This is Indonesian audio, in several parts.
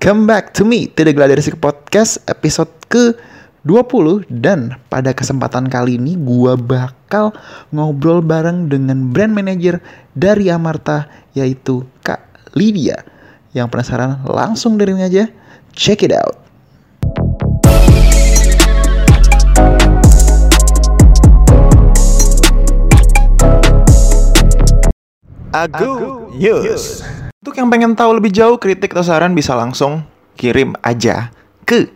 Welcome back to me, to the Gladi Resik Podcast episode ke-20. Dan pada kesempatan kali ini gue bakal ngobrol bareng dengan brand manager dari Amarta, yaitu Kak Lydia. Yang penasaran langsung dengerin aja, check it out. Yes. Untuk yang pengen tahu lebih jauh, kritik atau saran bisa langsung kirim aja ke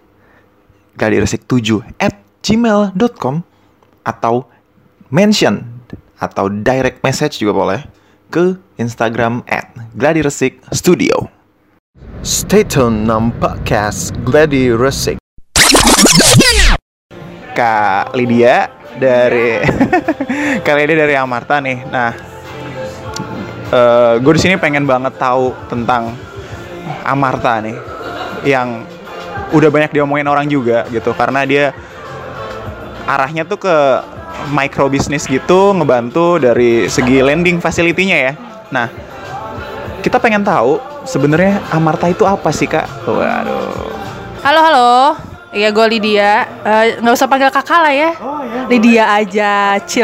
gladiresik7@gmail.com atau mention atau direct message juga boleh ke Instagram @gladiresikstudio. Stay tune nam podcast Gladi Resik. Kak Lydia dari Kak Lydia dari Amarta nih. Nah, gue di sini pengen banget tahu tentang Amarta nih, yang udah banyak diomongin orang juga gitu, karena dia arahnya tuh ke micro business gitu, ngebantu dari segi lending facility-nya ya. Nah, kita pengen tahu sebenarnya Amarta itu apa sih, Kak? Waduh. Halo. Iya, gue Lydia. Nggak usah panggil kakak lah ya. Oh, iya. Lydia aja, chill.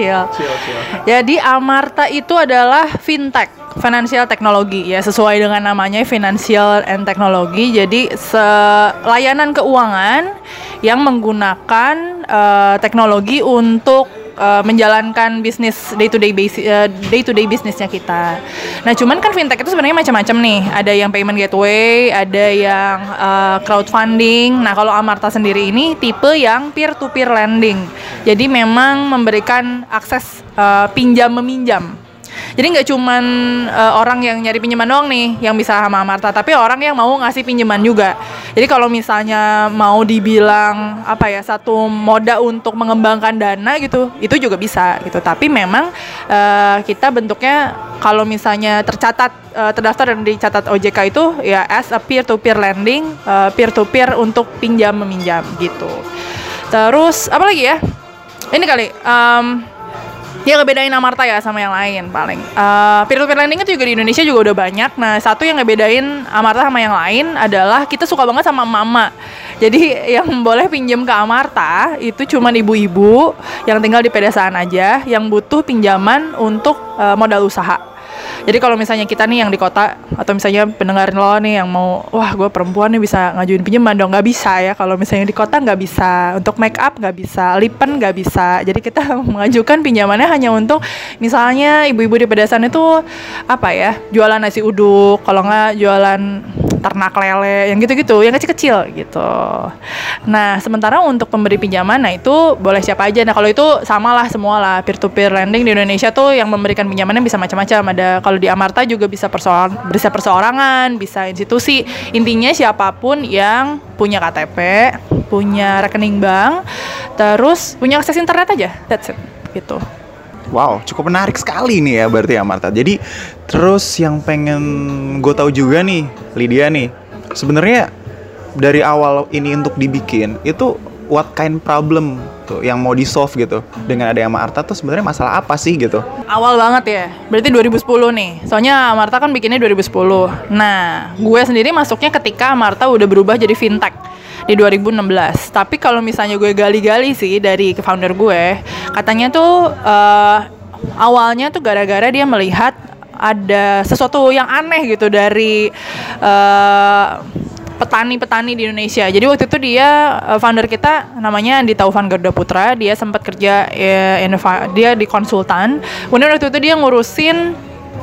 Jadi Amarta itu adalah fintech, financial technology ya, sesuai dengan namanya financial and technology. Jadi layanan keuangan yang menggunakan teknologi untuk menjalankan bisnis day to day bisnisnya kita. Nah, cuman kan fintech itu sebenarnya macam-macam nih. Ada yang payment gateway, ada yang crowdfunding. Nah, kalau Amarta sendiri ini tipe yang peer to peer lending. Jadi memang memberikan akses pinjam meminjam. Jadi nggak cuman orang yang nyari pinjaman doang nih yang bisa sama Amarta, tapi orang yang mau ngasih pinjaman juga. Jadi kalau misalnya mau dibilang satu moda untuk mengembangkan dana gitu, itu juga bisa gitu. Tapi memang kita bentuknya kalau misalnya terdaftar dan dicatat OJK itu ya as a peer to peer lending, peer to peer untuk pinjam meminjam gitu. Terus apa lagi ya? Ini kali ya ngebedain Amarta ya sama yang lain paling. Peer-to-peer lending itu juga di Indonesia juga udah banyak. Nah, satu yang ngebedain Amarta sama yang lain adalah kita suka banget sama mama. Jadi yang boleh pinjam ke Amarta itu cuma ibu-ibu yang tinggal di pedesaan aja, yang butuh pinjaman untuk modal usaha. Jadi kalau misalnya kita nih yang di kota, atau misalnya pendengar lo nih yang mau, wah gue perempuan nih bisa ngajuin pinjaman dong, nggak bisa ya. Kalau misalnya di kota nggak bisa, untuk make up nggak bisa, lipen nggak bisa. Jadi kita mengajukan pinjamannya hanya untuk misalnya ibu-ibu di pedesaan itu jualan nasi uduk, kalau nggak jualan ternak lele, yang gitu-gitu, yang kecil-kecil gitu. Nah, sementara untuk pemberi pinjaman, nah itu boleh siapa aja. Nah, kalau itu samalah semua lah, peer-to-peer lending di Indonesia tuh yang memberikan pinjamannya bisa macam-macam. Ada kalau di Amarta juga bisa perseorangan, bisa institusi. Intinya siapapun yang punya KTP, punya rekening bank, terus punya akses internet aja, that's it, gitu. Wow, cukup menarik sekali nih ya berarti Amarta. Jadi terus yang pengen gue tahu juga nih, Lydia nih, sebenarnya dari awal ini untuk dibikin itu what kind problem tuh yang mau di-solve gitu dengan ada Amarta tuh sebenarnya masalah apa sih gitu? Awal banget ya, berarti 2010 nih. Soalnya Amarta kan bikinnya 2010. Nah, gue sendiri masuknya ketika Amarta udah berubah jadi fintech di 2016. Tapi kalau misalnya gue gali-gali sih dari founder gue, katanya tuh awalnya tuh gara-gara dia melihat ada sesuatu yang aneh gitu dari petani-petani di Indonesia. Jadi waktu itu dia founder kita namanya Andi Taufan Garuda Putra. Dia sempat kerja dia di konsultan. Kemudian waktu itu dia ngurusin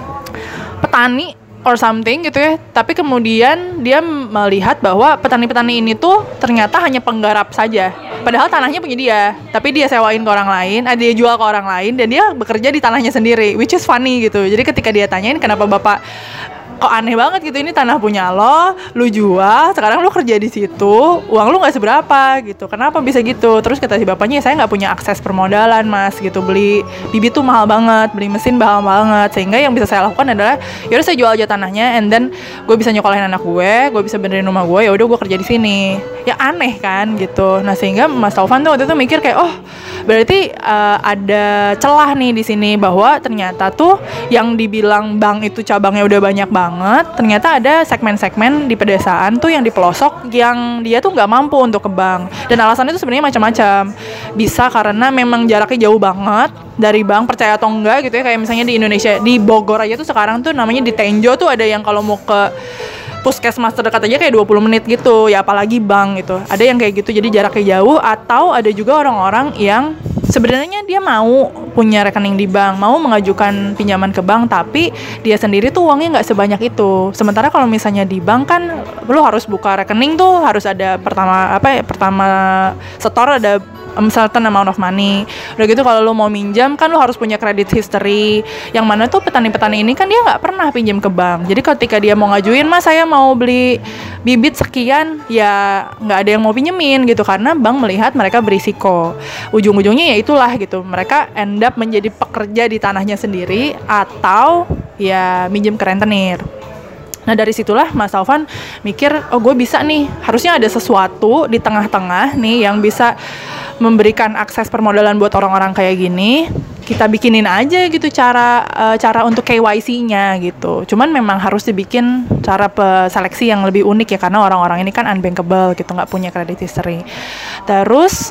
petani or something gitu ya. Tapi kemudian dia melihat bahwa petani-petani ini tuh ternyata hanya penggarap saja. Padahal tanahnya punya dia, tapi dia sewain ke orang lain, dia jual ke orang lain, dan dia bekerja di tanahnya sendiri, which is funny gitu. Jadi ketika dia tanyain kenapa bapak kok aneh banget gitu, ini tanah punya lu jual, sekarang lu kerja di situ, uang lu nggak seberapa gitu, kenapa bisa gitu? Terus kata si bapaknya, saya nggak punya akses permodalan mas gitu, beli bibit tuh mahal banget, beli mesin mahal banget, sehingga yang bisa saya lakukan adalah yaudah saya jual aja tanahnya, and then gue bisa nyokolain anak gue bisa benerin rumah gue, ya udah gue kerja di sini. Ya aneh kan gitu. Nah sehingga Mas Taufan tuh waktu itu mikir kayak, oh berarti ada celah nih di sini, bahwa ternyata tuh yang dibilang bank itu cabangnya udah banyak banget, banget, ternyata ada segmen-segmen di pedesaan tuh yang di pelosok yang dia tuh nggak mampu untuk ke bank. Dan alasannya itu sebenarnya macam-macam. Bisa karena memang jaraknya jauh banget dari bank, percaya atau enggak gitu ya. Kayak misalnya di Indonesia, di Bogor aja tuh sekarang tuh namanya di Tenjo tuh ada yang kalau mau ke puskesmas terdekat aja kayak 20 menit gitu. Ya apalagi bank gitu. Ada yang kayak gitu jadi jaraknya jauh. Atau ada juga orang-orang yang sebenarnya dia mau punya rekening di bank, mau mengajukan pinjaman ke bank, tapi dia sendiri tuh uangnya nggak sebanyak itu. Sementara kalau misalnya di bank kan, lo harus buka rekening tuh harus ada pertama setor ada certain amount of money. Udah gitu kalau lo mau minjam kan lo harus punya credit history. Yang mana tuh petani-petani ini kan dia nggak pernah pinjam ke bank. Jadi ketika dia mau ngajuin, mas saya mau beli bibit sekian, ya nggak ada yang mau pinjemin gitu karena bank melihat mereka berisiko. Ujung-ujungnya ya itulah gitu. Mereka end up menjadi pekerja di tanahnya sendiri atau ya minjem ke rentenir. Nah dari situlah Mas Taufan mikir, oh gue bisa nih, harusnya ada sesuatu di tengah-tengah nih yang bisa memberikan akses permodalan buat orang-orang kayak gini. Kita bikinin aja gitu cara untuk KYC-nya gitu. Cuman memang harus dibikin cara seleksi yang lebih unik ya karena orang-orang ini kan unbankable gitu, nggak punya credit history. Terus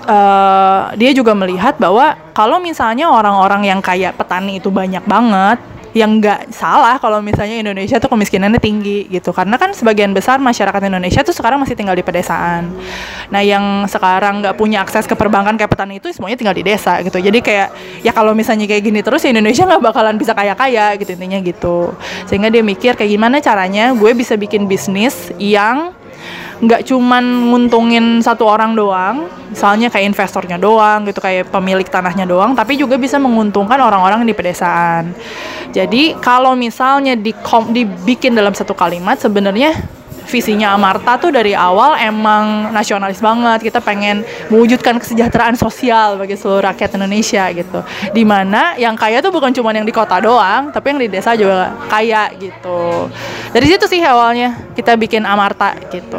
dia juga melihat bahwa kalau misalnya orang-orang yang kayak petani itu banyak banget, yang nggak salah kalau misalnya Indonesia tuh kemiskinannya tinggi gitu karena kan sebagian besar masyarakat Indonesia tuh sekarang masih tinggal di pedesaan. Nah yang sekarang nggak punya akses ke perbankan kayak petani itu semuanya tinggal di desa gitu. Jadi kayak ya kalau misalnya kayak gini terus Indonesia nggak bakalan bisa kaya-kaya gitu intinya gitu. Sehingga dia mikir kayak gimana caranya gue bisa bikin bisnis yang nggak cuman nguntungin satu orang doang, misalnya kayak investornya doang gitu, kayak pemilik tanahnya doang, tapi juga bisa menguntungkan orang-orang di pedesaan. Jadi kalau misalnya dibikin dalam satu kalimat, sebenarnya visinya Amarta tuh dari awal emang nasionalis banget. Kita pengen mewujudkan kesejahteraan sosial bagi seluruh rakyat Indonesia gitu. Dimana yang kaya tuh bukan cuma yang di kota doang, tapi yang di desa juga kaya gitu. Dari situ sih awalnya kita bikin Amarta gitu.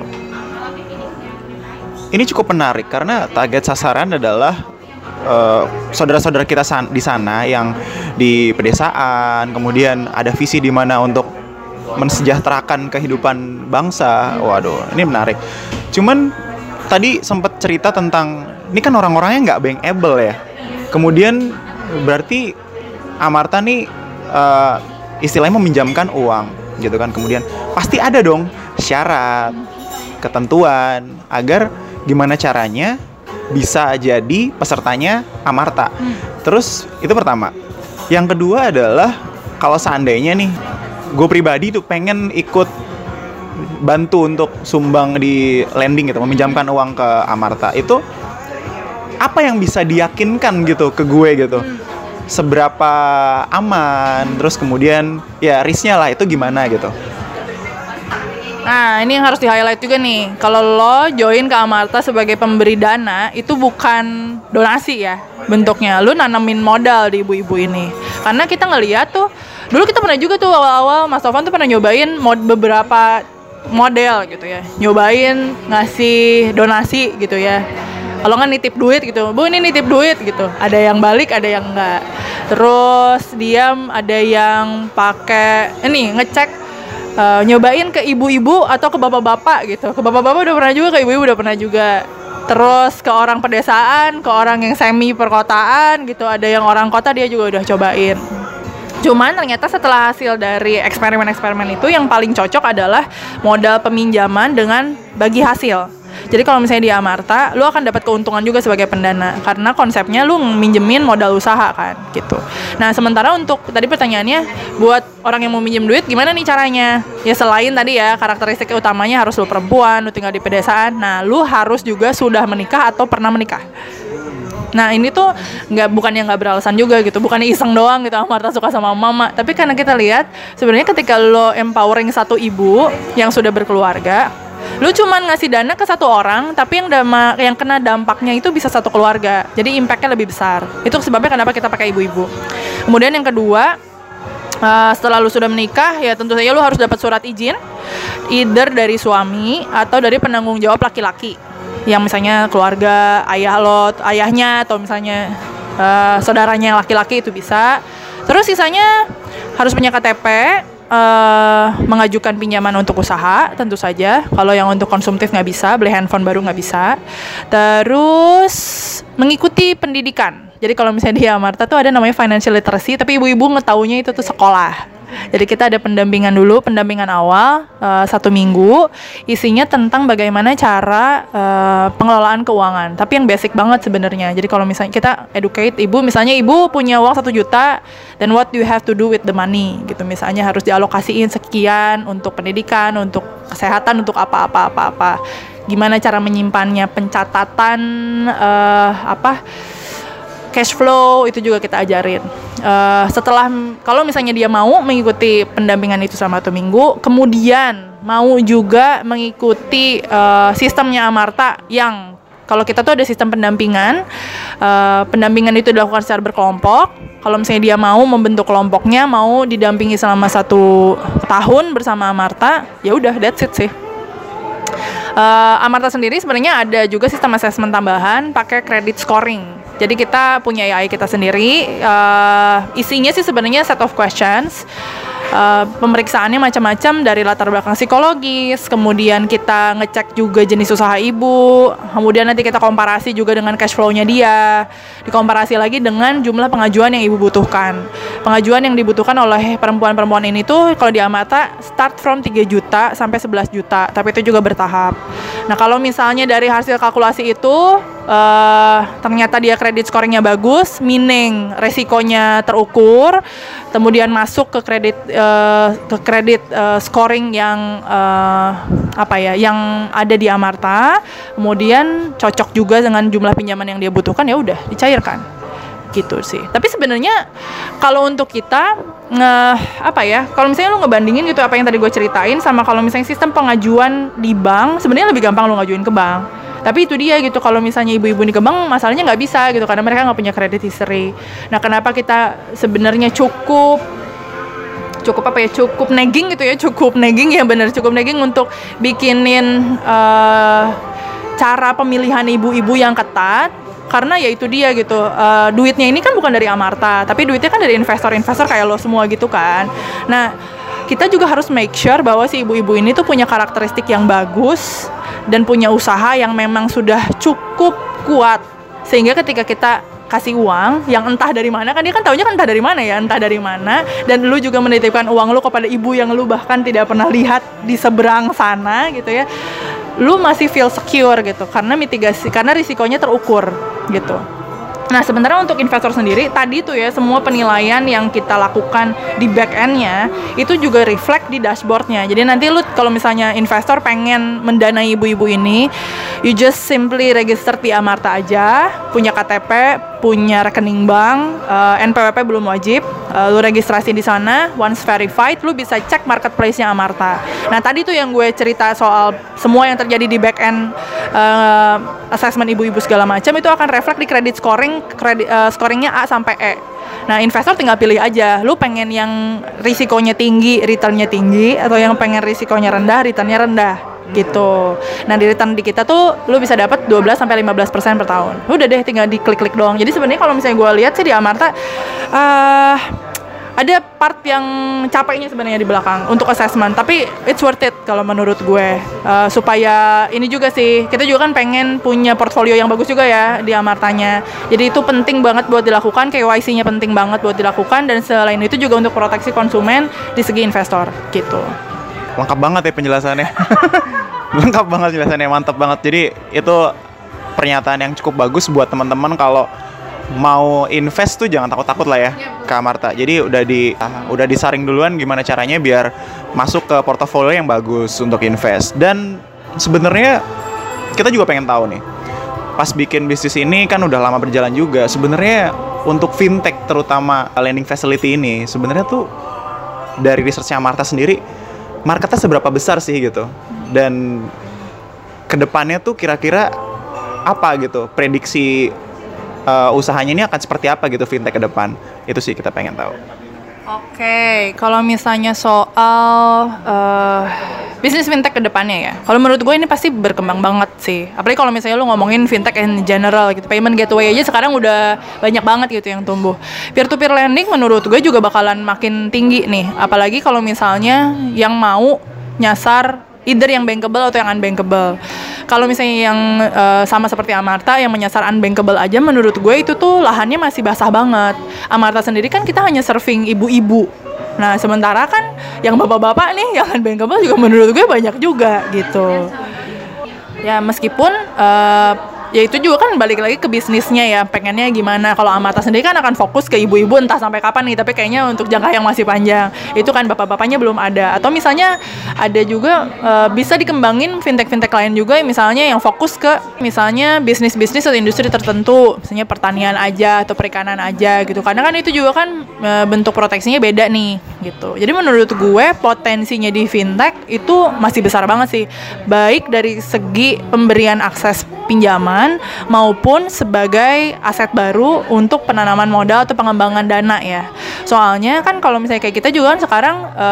Ini cukup menarik karena target sasaran adalah saudara-saudara kita di sana yang di pedesaan, kemudian ada visi di mana untuk mensejahterakan kehidupan bangsa. Waduh, ini menarik. Cuman tadi sempat cerita tentang ini kan orang-orangnya nggak bankable ya. Kemudian berarti Amarta nih istilahnya meminjamkan uang gitu kan. Kemudian pasti ada dong syarat, ketentuan agar gimana caranya bisa jadi pesertanya Amarta. Terus itu pertama. Yang kedua adalah kalau seandainya nih gue pribadi tuh pengen ikut bantu untuk sumbang di lending gitu, meminjamkan uang ke Amarta, itu apa yang bisa diyakinkan gitu ke gue gitu, seberapa aman, terus kemudian ya risknya lah itu gimana gitu. Nah, ini yang harus di-highlight juga nih. Kalau lo join ke Amarta sebagai pemberi dana, itu bukan donasi ya bentuknya. Lo nanamin modal di ibu-ibu ini. Karena kita ngeliat tuh, dulu kita pernah juga tuh awal-awal, Mas Taufan tuh pernah nyobain beberapa model gitu ya. Nyobain ngasih donasi gitu ya. Kalau nggak nitip duit gitu, bu ini nitip duit gitu. Ada yang balik, ada yang enggak. Terus ada yang pakai, ngecek, nyobain ke ibu-ibu atau ke bapak-bapak gitu. Ke bapak-bapak udah pernah juga, ke ibu-ibu udah pernah juga. Terus ke orang pedesaan, ke orang yang semi perkotaan gitu. Ada yang orang kota dia juga udah cobain. Cuman ternyata setelah hasil dari eksperimen-eksperimen itu yang paling cocok adalah modal peminjaman dengan bagi hasil. Jadi kalau misalnya di Amarta, lu akan dapat keuntungan juga sebagai pendana karena konsepnya lu minjemin modal usaha kan gitu. Nah, sementara untuk tadi pertanyaannya buat orang yang mau minjem duit gimana nih caranya? Ya selain tadi ya karakteristik utamanya harus lu perempuan, lu tinggal di pedesaan. Nah, lu harus juga sudah menikah atau pernah menikah. Nah ini tuh bukannya nggak beralasan juga gitu, bukannya iseng doang gitu Amarta suka sama mama, tapi karena kita lihat sebenarnya ketika lo empowering satu ibu yang sudah berkeluarga, lu cuman ngasih dana ke satu orang, tapi yang kena dampaknya itu bisa satu keluarga, jadi impactnya lebih besar. Itu sebabnya kenapa kita pakai ibu-ibu. Kemudian yang kedua, setelah lu sudah menikah, ya tentu saja lu harus dapat surat izin, either dari suami atau dari penanggung jawab laki-laki, yang misalnya keluarga ayahnya atau misalnya saudaranya laki-laki itu bisa. Terus sisanya harus punya KTP, mengajukan pinjaman untuk usaha, tentu saja. Kalau yang untuk konsumtif nggak bisa, beli handphone baru nggak bisa. Terus mengikuti pendidikan. Jadi kalau misalnya di Amarta tuh ada namanya financial literacy, tapi ibu-ibu ngetaunya itu tuh sekolah. Jadi kita ada pendampingan dulu, pendampingan awal 1 minggu, isinya tentang bagaimana cara pengelolaan keuangan. Tapi yang basic banget sebenarnya. Jadi kalau misalnya kita educate ibu, misalnya ibu punya uang 1 juta, then what do you have to do with the money? Gitu, misalnya harus dialokasiin sekian untuk pendidikan, untuk kesehatan, untuk apa. Gimana cara menyimpannya, pencatatan cash flow itu juga kita ajarin. Setelah kalau misalnya dia mau mengikuti pendampingan itu selama 1 minggu, kemudian mau juga mengikuti sistemnya Amarta yang kalau kita tuh ada sistem pendampingan. Pendampingan itu dilakukan secara berkelompok. Kalau misalnya dia mau membentuk kelompoknya, mau didampingi selama 1 tahun bersama Amarta, ya udah that's it sih. Amarta sendiri sebenarnya ada juga sistem assessment tambahan pakai credit scoring. Jadi kita punya AI kita sendiri, isinya sih sebenarnya set of questions, pemeriksaannya macam-macam dari latar belakang psikologis, kemudian kita ngecek juga jenis usaha ibu, kemudian nanti kita komparasi juga dengan cash flow-nya dia, dikomparasi lagi dengan jumlah pengajuan yang ibu butuhkan. Pengajuan yang dibutuhkan oleh perempuan-perempuan ini tuh kalau di Amarta start from 3 juta sampai 11 juta, tapi itu juga bertahap. Nah kalau misalnya dari hasil kalkulasi itu, ternyata dia kredit scoringnya bagus, meaning resikonya terukur, kemudian masuk ke kredit scoring yang yang ada di Amarta, kemudian cocok juga dengan jumlah pinjaman yang dia butuhkan, ya udah dicairkan gitu sih. Tapi sebenarnya kalau untuk kita kalau misalnya lu ngebandingin gitu apa yang tadi gue ceritain sama kalau misalnya sistem pengajuan di bank, sebenarnya lebih gampang lu ngajuin ke bank. Tapi itu dia gitu, kalau misalnya ibu-ibu ini ke bank masalahnya nggak bisa gitu karena mereka nggak punya credit history. Nah kenapa kita sebenarnya cukup nagging gitu ya, cukup nagging untuk bikinin cara pemilihan ibu-ibu yang ketat. Karena ya itu dia gitu, duitnya ini kan bukan dari Amarta, tapi duitnya kan dari investor-investor kayak lo semua gitu kan. Nah kita juga harus make sure bahwa si ibu-ibu ini tuh punya karakteristik yang bagus dan punya usaha yang memang sudah cukup kuat, sehingga ketika kita kasih uang yang entah dari mana, kan dia kan taunya kan entah dari mana, dan lu juga menitipkan uang lu kepada ibu yang lu bahkan tidak pernah lihat di seberang sana gitu ya, lu masih feel secure gitu, karena risikonya terukur gitu. Nah sebenarnya untuk investor sendiri tadi tuh ya, semua penilaian yang kita lakukan di back end-nya itu juga reflect di dashboard-nya. Jadi nanti lu kalau misalnya investor pengen mendanai ibu-ibu ini, you just simply register di Amarta aja, punya KTP, punya rekening bank, NPWP belum wajib, lu registrasi di sana, once verified lu bisa cek marketplace-nya Amarta. Nah tadi tuh yang gue cerita soal semua yang terjadi di back end assessment ibu-ibu segala macam itu akan reflect di credit scoring, scoringnya A sampai E. Nah investor tinggal pilih aja, lu pengen yang risikonya tinggi, returnnya tinggi, atau yang pengen risikonya rendah, returnnya rendah gitu. Nah di return di kita tuh lu bisa dapat 12-15% per tahun. Udah deh, tinggal diklik-klik doang. Jadi sebenarnya kalau misalnya gue lihat sih di Amarta ada part yang capeknya sebenarnya di belakang untuk assessment, tapi it's worth it kalau menurut gue, supaya ini juga sih, kita juga kan pengen punya portfolio yang bagus juga ya di Amartanya. Jadi itu penting banget buat dilakukan, KYC-nya penting banget buat dilakukan, dan selain itu juga untuk proteksi konsumen di segi investor gitu. Lengkap banget ya penjelasannya. Lengkap banget penjelasannya, mantap banget. Jadi itu pernyataan yang cukup bagus buat teman-teman kalau mau invest tuh jangan takut-takut lah ya ke Amarta. Jadi udah disaring duluan gimana caranya biar masuk ke portofolio yang bagus untuk invest. Dan sebenarnya kita juga pengen tahu nih, pas bikin bisnis ini kan udah lama berjalan juga. Sebenarnya untuk fintech terutama lending facility ini sebenarnya tuh dari researchnya Amarta sendiri, marketnya seberapa besar sih gitu. Dan kedepannya tuh kira-kira apa gitu prediksi usahanya ini akan seperti apa gitu fintech ke depan. Itu sih kita pengen tahu. Oke, kalau misalnya soal bisnis fintech ke depannya ya, kalau menurut gue ini pasti berkembang banget sih. Apalagi kalau misalnya lu ngomongin fintech in general gitu, payment gateway aja sekarang udah banyak banget gitu yang tumbuh. Peer-to-peer lending menurut gue juga bakalan makin tinggi nih, apalagi kalau misalnya yang mau nyasar either yang bankable atau yang unbankable. Kalau misalnya yang sama seperti Amarta yang menyasar unbankable aja, menurut gue itu tuh lahannya masih basah banget. Amarta sendiri kan kita hanya serving ibu-ibu. Nah sementara kan yang bapak-bapak nih yang unbankable juga menurut gue banyak juga gitu. Ya meskipun ya itu juga kan balik lagi ke bisnisnya ya, pengennya gimana. Kalau Amarta sendiri kan akan fokus ke ibu-ibu entah sampai kapan nih, tapi kayaknya untuk jangka yang masih panjang. Itu kan bapak-bapaknya belum ada. Atau misalnya ada juga bisa dikembangin fintech-fintech lain juga, misalnya yang fokus ke misalnya bisnis-bisnis atau industri tertentu, misalnya pertanian aja atau perikanan aja gitu. Karena kan itu juga kan bentuk proteksinya beda nih gitu. Jadi menurut gue potensinya di fintech itu masih besar banget sih. Baik dari segi pemberian akses pinjaman maupun sebagai aset baru untuk penanaman modal atau pengembangan dana ya. Soalnya kan kalau misalnya kayak kita juga kan sekarang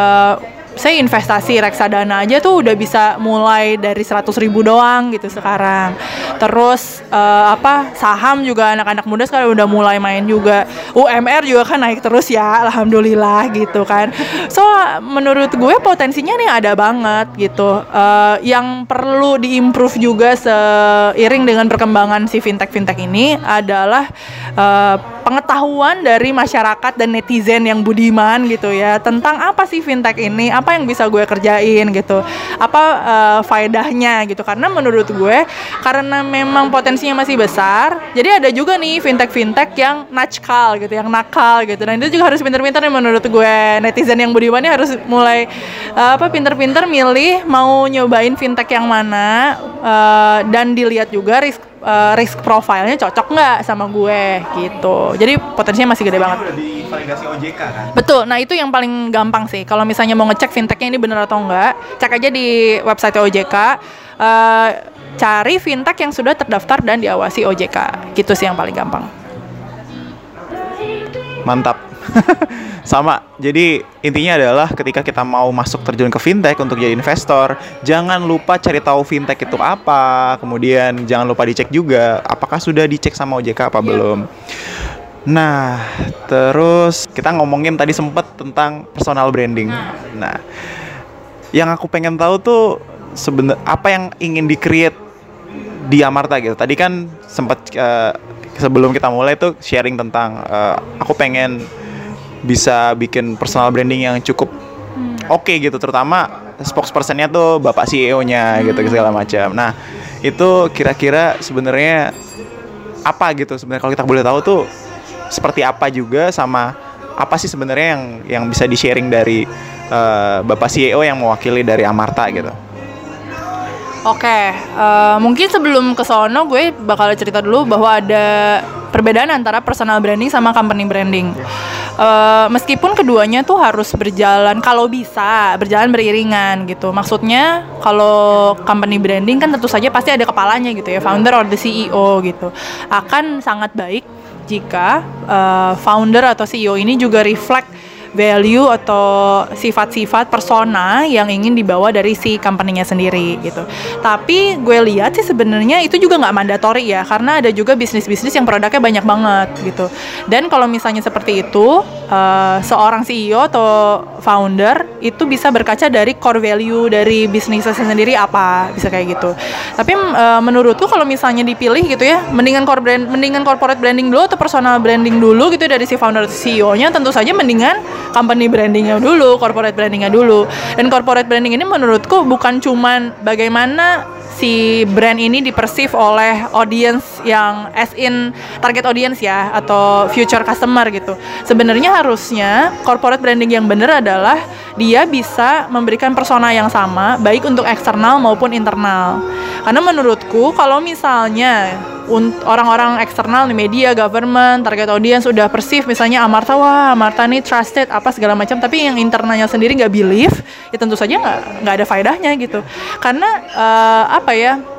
saya investasi reksadana aja tuh udah bisa mulai dari 100.000 doang gitu sekarang. Terus saham juga anak-anak muda sekarang udah mulai main juga. UMR juga kan naik terus ya, alhamdulillah gitu kan. So menurut gue potensinya nih ada banget gitu. Yang perlu diimprove juga seiring dengan perkembangan si fintech ini adalah pengetahuan dari masyarakat dan netizen yang budiman gitu ya tentang apa sih fintech ini, apa yang bisa gue kerjain gitu, apa faedahnya gitu. Karena menurut gue karena memang potensinya masih besar, jadi ada juga nih fintech yang nakal gitu, yang nakal gitu. Dan itu juga harus pinter-pinter nih menurut gue, netizen yang budimannya harus mulai pinter-pinter milih mau nyobain fintech yang mana, dan dilihat juga risk profile-nya cocok nggak sama gue gitu. Jadi potensinya masih gede banget. Udah divalidasi OJK kan? Betul. Nah itu yang paling gampang sih. Kalau misalnya mau ngecek fintechnya ini benar atau enggak, cek aja di website OJK. Cari fintech yang sudah terdaftar dan diawasi OJK. Gitu sih yang paling gampang. Mantap. Sama, jadi intinya adalah ketika kita mau masuk terjun ke fintech untuk jadi investor, jangan lupa cari tahu fintech itu apa, kemudian jangan lupa dicek juga apakah sudah dicek sama OJK apa belum. Nah, terus kita ngomongin tadi sempat tentang personal branding. Nah, yang aku pengen tahu tuh apa yang ingin di-create di Amarta gitu. Tadi kan sempat sebelum kita mulai tuh sharing tentang aku pengen bisa bikin personal branding yang cukup oke gitu, terutama spokespersonnya tuh bapak CEO-nya gitu segala macam. Nah itu kira-kira sebenarnya apa gitu sebenarnya kalau kita boleh tahu tuh seperti apa juga, sama apa sih sebenarnya yang bisa di sharing dari bapak CEO yang mewakili dari Amarta gitu. Oke, mungkin sebelum ke sono gue bakal cerita dulu bahwa ada perbedaan antara personal branding sama company branding. Meskipun keduanya tuh harus berjalan, kalau bisa berjalan beriringan gitu. Maksudnya kalau company branding kan tentu saja pasti ada kepalanya gitu ya, founder or the CEO gitu. Akan sangat baik jika founder atau CEO ini juga reflect value atau sifat-sifat persona yang ingin dibawa dari si company-nya sendiri gitu. Tapi gue lihat sih sebenarnya itu juga nggak mandatori ya, karena ada juga bisnis-bisnis yang produknya banyak banget gitu. Dan kalau misalnya seperti itu, seorang CEO atau founder itu bisa berkaca dari core value dari bisnisnya sendiri apa, bisa kayak gitu. Tapi menurutku kalau misalnya dipilih gitu ya, mendingan corporate branding dulu atau personal branding dulu gitu dari si founder atau CEO-nya, tentu saja mendingan company brandingnya dulu, corporate brandingnya dulu. Dan corporate branding ini menurutku bukan cuman bagaimana si brand ini dipersif oleh audience yang as in target audience ya, atau future customer gitu. Sebenarnya harusnya corporate branding yang benar adalah dia bisa memberikan persona yang sama baik untuk eksternal maupun internal. Karena menurutku kalau misalnya orang-orang eksternal nih, media, government, target audience udah persif misalnya Amarta, wah Amarta nih trusted apa segala macam, tapi yang internalnya sendiri nggak believe, ya tentu saja nggak ada faedahnya gitu. Karena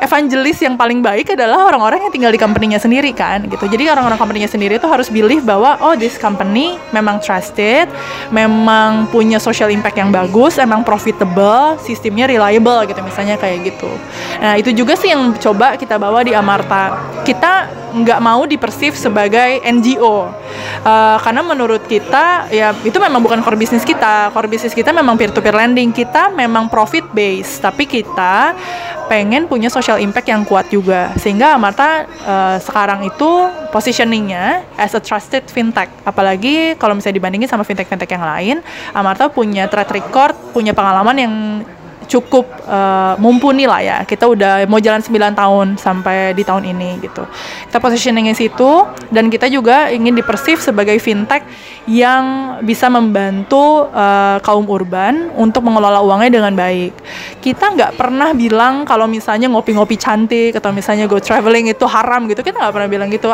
evangelis yang paling baik adalah orang-orang yang tinggal di company-nya sendiri kan gitu. Jadi orang-orang company-nya sendiri itu harus believe bahwa oh this company memang trusted, memang punya social impact yang bagus, emang profitable, sistemnya reliable gitu misalnya kayak gitu. Nah itu juga sih yang coba kita bawa di Amarta. Kita nggak mau dipersif sebagai NGO karena menurut kita ya itu memang bukan core bisnis kita. Core bisnis kita memang peer-to-peer lending, kita memang profit based, tapi kita pengen punya social impact yang kuat juga, sehingga Amarta sekarang itu positioningnya as a trusted fintech. Apalagi kalau misalnya dibandingin sama fintech-fintech yang lain, Amarta punya track record, punya pengalaman yang cukup mumpuni lah ya. Kita udah mau jalan 9 tahun sampai di tahun ini gitu. Kita positioningnya situ, dan kita juga ingin dipersif sebagai fintech yang bisa membantu kaum urban untuk mengelola uangnya dengan baik. Kita nggak pernah bilang kalau misalnya ngopi-ngopi cantik atau misalnya go traveling itu haram gitu. Kita nggak pernah bilang gitu.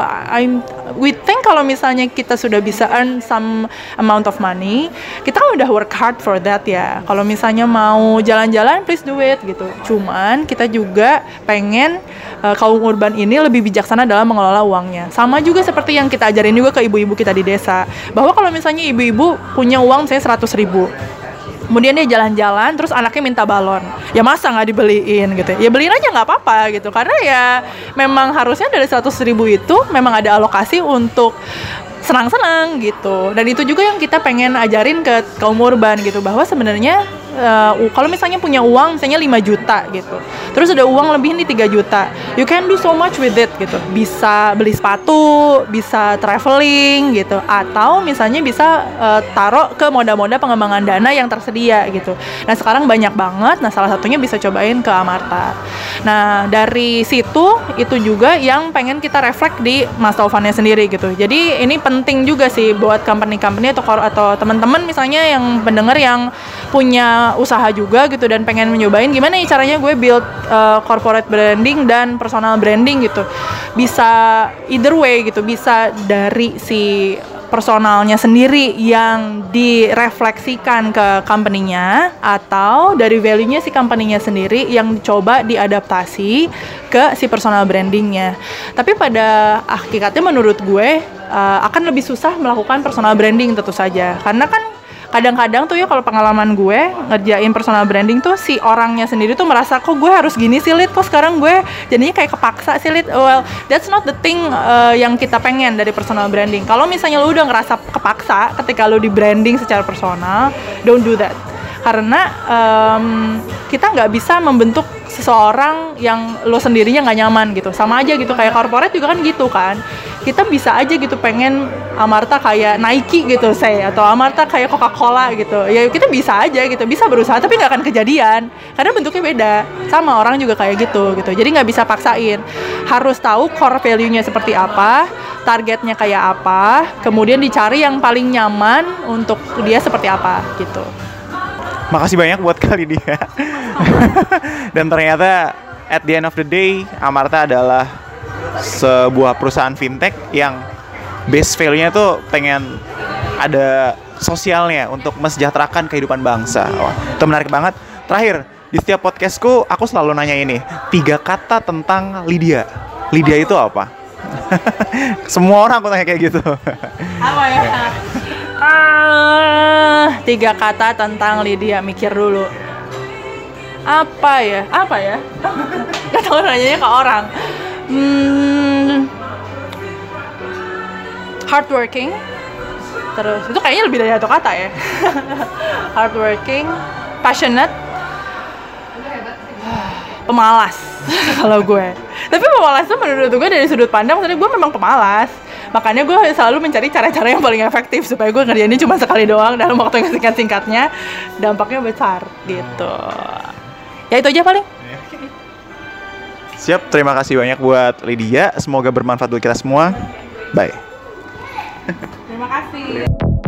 We think kalau misalnya kita sudah bisa earn some amount of money, kita kan udah work hard for that ya. Kalau misalnya mau jalan-jalan, please do it gitu. Cuman kita juga pengen kaum urban ini lebih bijaksana dalam mengelola uangnya. Sama juga seperti yang kita ajarin juga ke ibu-ibu kita di desa, bahwa kalau misalnya ibu-ibu punya uang misalnya 100.000, kemudian dia jalan-jalan terus anaknya minta balon, ya masa nggak dibeliin gitu, ya beliin aja nggak apa-apa gitu, karena ya memang harusnya dari 100.000 itu memang ada alokasi untuk senang-senang gitu. Dan itu juga yang kita pengen ajarin ke kaum urban gitu, bahwa sebenarnya kalau misalnya punya uang misalnya 5 juta gitu, terus ada uang lebih nih 3 juta, you can do so much with it gitu. Bisa beli sepatu, bisa traveling gitu, atau misalnya bisa taruh ke moda-moda pengembangan dana yang tersedia gitu. Nah sekarang banyak banget, nah salah satunya bisa cobain ke Amarta. Nah dari situ itu juga yang pengen kita reflect di Mas Taufannya sendiri gitu. Jadi ini penting juga sih buat company-company atau teman-teman misalnya yang pendengar yang punya usaha juga gitu dan pengen nyobain gimana nih caranya gue build corporate branding dan personal branding gitu. Bisa either way gitu, bisa dari si personalnya sendiri yang direfleksikan ke company-nya, atau dari value-nya si company-nya sendiri yang coba diadaptasi ke si personal branding-nya. Tapi pada hakikatnya menurut gue akan lebih susah melakukan personal branding tentu saja, karena kan kadang-kadang tuh ya kalau pengalaman gue ngerjain personal branding tuh si orangnya sendiri tuh merasa kok gue harus gini sih Lid, kok sekarang gue jadinya kayak kepaksa sih Lid. Well, that's not the thing yang kita pengen dari personal branding. Kalau misalnya lu udah ngerasa kepaksa ketika lu di branding secara personal, don't do that. Karena kita nggak bisa membentuk seseorang yang lo sendirinya nggak nyaman gitu. Sama aja gitu, kayak corporate juga kan gitu kan. Kita bisa aja gitu pengen Amarta kayak Nike gitu atau Amarta kayak Coca-Cola gitu. Ya kita bisa aja gitu, bisa berusaha tapi nggak akan kejadian karena bentuknya beda. Sama orang juga kayak gitu. Jadi nggak bisa paksain. Harus tahu core value-nya seperti apa, targetnya kayak apa, kemudian dicari yang paling nyaman untuk dia seperti apa gitu. Makasih banyak buat kali dia. Dan ternyata at the end of the day, Amarta adalah sebuah perusahaan fintech yang base value-nya tuh pengen ada sosialnya untuk mensejahterakan kehidupan bangsa. Wah, itu menarik banget. Terakhir, di setiap podcastku aku selalu nanya ini, 3 kata tentang Lydia. Lydia itu apa? Semua orang aku tanya kayak gitu. Apa ya? 3 kata tentang Lydia, mikir dulu. Apa ya? Gak tau nanyanya ke orang. Hardworking. Terus itu kayaknya lebih dari 1 kata ya. Hardworking, passionate, pemalas kalau gue. Tapi pemalas tuh menurut gue dari sudut pandang, maksudnya gue memang pemalas. Makanya gue selalu mencari cara-cara yang paling efektif supaya gue ngerjainnya cuma sekali doang dalam waktu yang singkat-singkatnya, dampaknya besar gitu. Ya itu aja paling. Siap, terima kasih banyak buat Lydia. Semoga bermanfaat buat kita semua. Bye. Terima kasih.